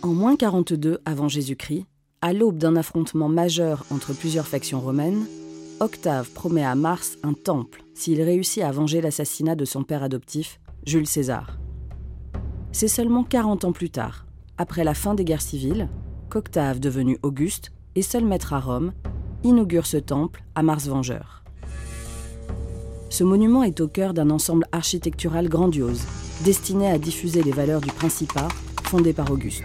En moins 42 avant Jésus-Christ, à l'aube d'un affrontement majeur entre plusieurs factions romaines, Octave promet à Mars un temple s'il réussit à venger l'assassinat de son père adoptif, Jules César. C'est seulement 40 ans plus tard, après la fin des guerres civiles, qu'Octave, devenu Auguste et seul maître à Rome, inaugure ce temple à Mars vengeur. Ce monument est au cœur d'un ensemble architectural grandiose, destiné à diffuser les valeurs du Principat fondé par Auguste.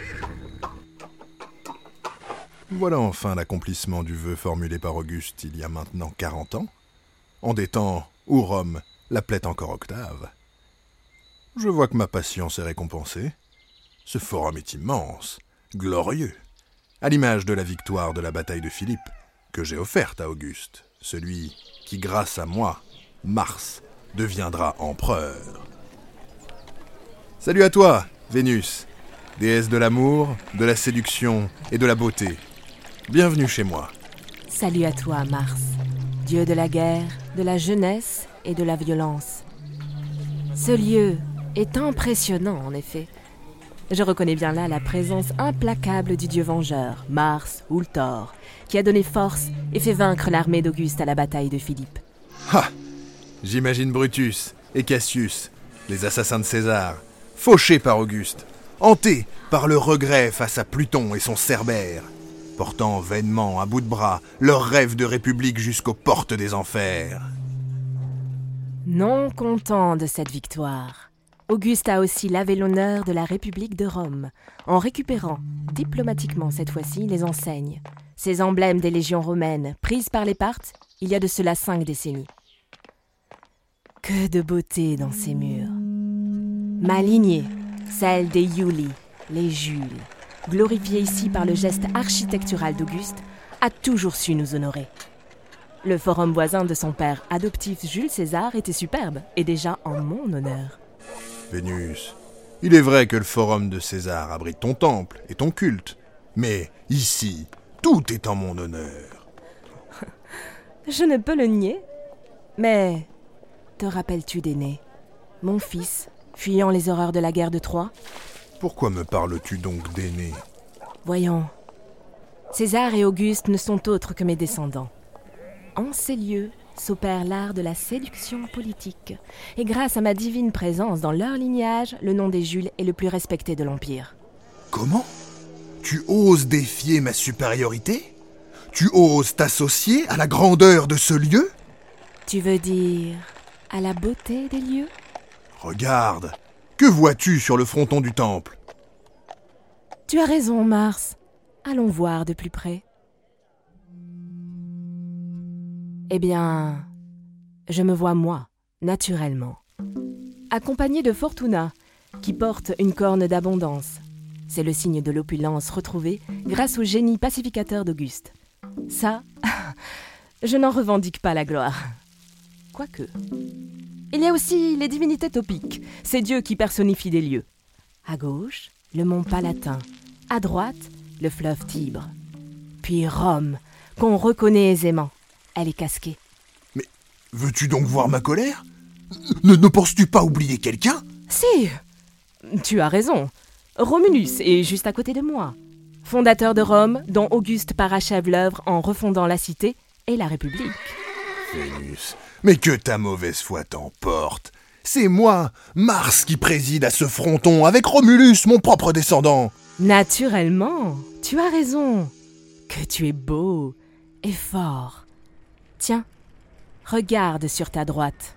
Voilà enfin l'accomplissement du vœu formulé par Auguste il y a maintenant 40 ans, en des temps où Rome l'appelait encore Octave. Je vois que ma patience est récompensée. Ce forum est immense, glorieux, à l'image de la victoire de la bataille de Philippe, que j'ai offerte à Auguste, celui qui, grâce à moi, Mars, deviendra empereur. Salut à toi, Vénus, déesse de l'amour, de la séduction et de la beauté. Bienvenue chez moi. Salut à toi, Mars, dieu de la guerre, de la jeunesse et de la violence. Ce lieu est impressionnant, en effet. Je reconnais bien là la présence implacable du dieu vengeur, Mars ou le Thor, qui a donné force et fait vaincre l'armée d'Auguste à la bataille de Philippe. Ha! J'imagine Brutus et Cassius, les assassins de César, fauchés par Auguste, hantés par le regret face à Pluton et son Cerbère, portant vainement à bout de bras leur rêve de république jusqu'aux portes des enfers. Non content de cette victoire, Auguste a aussi lavé l'honneur de la République de Rome, en récupérant, diplomatiquement cette fois-ci, les enseignes, ces emblèmes des légions romaines, prises par les Parthes il y a de cela 5 décennies. Que de beauté dans ces murs. Ma lignée, celle des Iuli, les Jules, glorifiée ici par le geste architectural d'Auguste, a toujours su nous honorer. Le forum voisin de son père adoptif Jules César était superbe et déjà en mon honneur. Vénus, il est vrai que le forum de César abrite ton temple et ton culte, mais ici, tout est en mon honneur. Je ne peux le nier, mais te rappelles-tu d'Énée, mon fils, fuyant les horreurs de la guerre de Troie ? Pourquoi me parles-tu donc d'Énée ? Voyons, César et Auguste ne sont autres que mes descendants. En ces lieux s'opère l'art de la séduction politique, et grâce à ma divine présence dans leur lignage, le nom des Jules est le plus respecté de l'Empire. Comment ? Tu oses défier ma supériorité ? Tu oses t'associer à la grandeur de ce lieu ? Tu veux dire à la beauté des lieux ? Regarde, que vois-tu sur le fronton du temple ? Tu as raison, Mars. Allons voir de plus près. Eh bien, je me vois moi, naturellement, accompagnée de Fortuna, qui porte une corne d'abondance. C'est le signe de l'opulence retrouvée grâce au génie pacificateur d'Auguste. Ça, je n'en revendique pas la gloire. Quoique. Il y a aussi les divinités topiques, ces dieux qui personnifient des lieux. À gauche, le mont Palatin. À droite, le fleuve Tibre. Puis Rome, qu'on reconnaît aisément. Elle est casquée. Mais veux-tu donc voir ma colère ? Ne penses-tu pas oublier quelqu'un ? Si, tu as raison. Romulus est juste à côté de moi. Fondateur de Rome, dont Auguste parachève l'œuvre en refondant la cité et la République. Vénus, mais que ta mauvaise foi t'emporte. C'est moi, Mars, qui préside à ce fronton avec Romulus, mon propre descendant. Naturellement, tu as raison. Que tu es beau et fort. Tiens, regarde sur ta droite.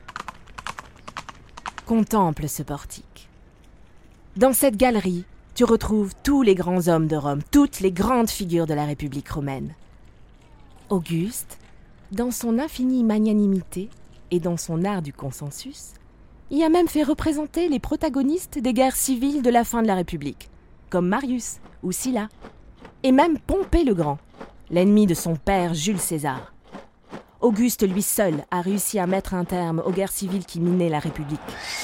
Contemple ce portique. Dans cette galerie, tu retrouves tous les grands hommes de Rome, toutes les grandes figures de la République romaine. Auguste, dans son infinie magnanimité et dans son art du consensus, y a même fait représenter les protagonistes des guerres civiles de la fin de la République, comme Marius ou Sylla, et même Pompée le Grand, l'ennemi de son père Jules César. Auguste, lui seul, a réussi à mettre un terme aux guerres civiles qui minaient la République.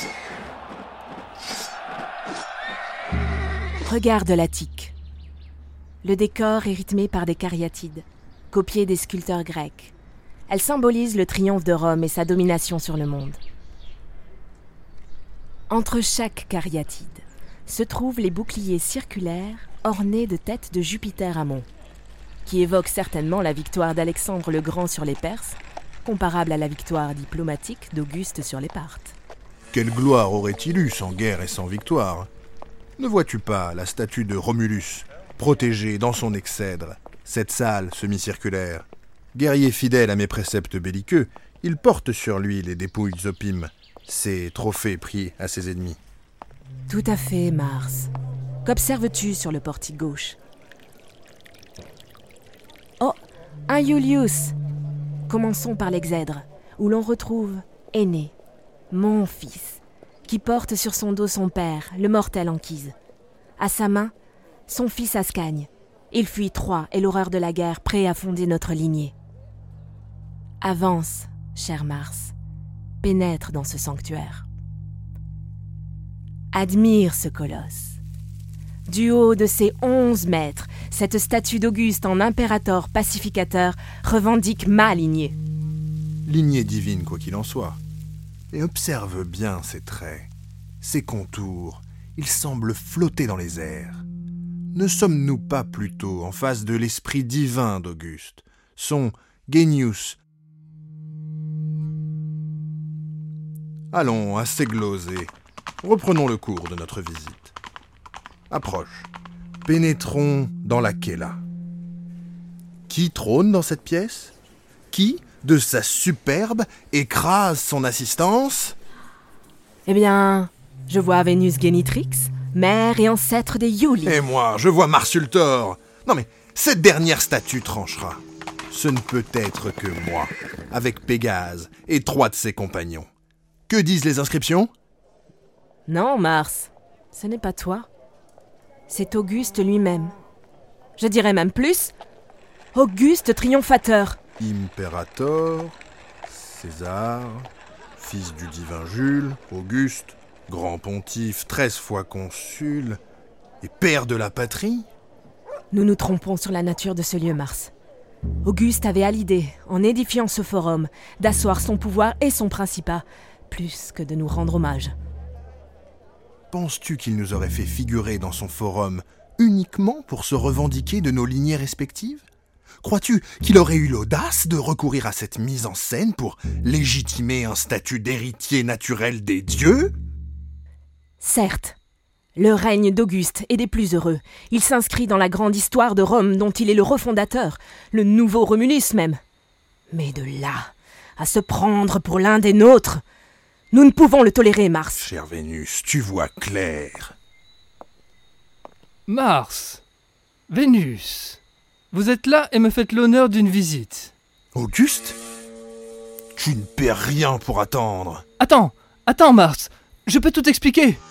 Regarde l'Attique. Le décor est rythmé par des cariatides, copiées des sculpteurs grecs. Elle symbolise le triomphe de Rome et sa domination sur le monde. Entre chaque cariatide se trouvent les boucliers circulaires ornés de têtes de Jupiter Ammon, qui évoquent certainement la victoire d'Alexandre le Grand sur les Perses, comparable à la victoire diplomatique d'Auguste sur les Parthes. Quelle gloire aurait-il eu sans guerre et sans victoire? Ne vois-tu pas la statue de Romulus, protégée dans son exèdre, cette salle semi-circulaire? Guerrier fidèle à mes préceptes belliqueux, il porte sur lui les dépouilles d'Zopime, ses trophées pris à ses ennemis. Tout à fait, Mars. Qu'observes-tu sur le portique gauche? Oh, un Iulius! Commençons par l'exèdre, où l'on retrouve Énée, mon fils, qui porte sur son dos son père, le mortel Anchise. À sa main, son fils Ascagne. Il fuit Troie et l'horreur de la guerre, prêt à fonder notre lignée. Avance, cher Mars, pénètre dans ce sanctuaire. Admire ce colosse. Du haut de ses 11 mètres, cette statue d'Auguste en impérator pacificateur revendique ma lignée. Lignée divine quoi qu'il en soit. Et observe bien ses traits, ses contours, ils semblent flotter dans les airs. Ne sommes-nous pas plutôt en face de l'esprit divin d'Auguste, son Genius? Allons, assez glosé, reprenons le cours de notre visite. Approche, pénétrons dans la Kéla. Qui trône dans cette pièce? Qui, de sa superbe, écrase son assistance? Eh bien, je vois Vénus Génitrix, mère et ancêtre des Iuli. Et moi, je vois Marsultor. Non mais, cette dernière statue tranchera. Ce ne peut être que moi, avec Pégase et 3 de ses compagnons. Que disent les inscriptions? Non, Mars, ce n'est pas toi. C'est Auguste lui-même. Je dirais même plus, Auguste triomphateur. Impérator, César, fils du divin Jules, Auguste, grand pontife, 13 fois consul, et père de la patrie? Nous nous trompons sur la nature de ce lieu, Mars. Auguste avait à l'idée, en édifiant ce forum, d'asseoir son pouvoir et son principat, plus que de nous rendre hommage. Penses-tu qu'il nous aurait fait figurer dans son forum uniquement pour se revendiquer de nos lignées respectives? Crois-tu qu'il aurait eu l'audace de recourir à cette mise en scène pour légitimer un statut d'héritier naturel des dieux? Certes, le règne d'Auguste est des plus heureux. Il s'inscrit dans la grande histoire de Rome dont il est le refondateur, le nouveau Romulus même. Mais de là à se prendre pour l'un des nôtres, nous ne pouvons le tolérer, Mars. Cher Vénus, tu vois clair. Mars, Vénus, vous êtes là et me faites l'honneur d'une visite. Auguste? Tu ne perds rien pour attendre. Attends, Mars, je peux tout expliquer.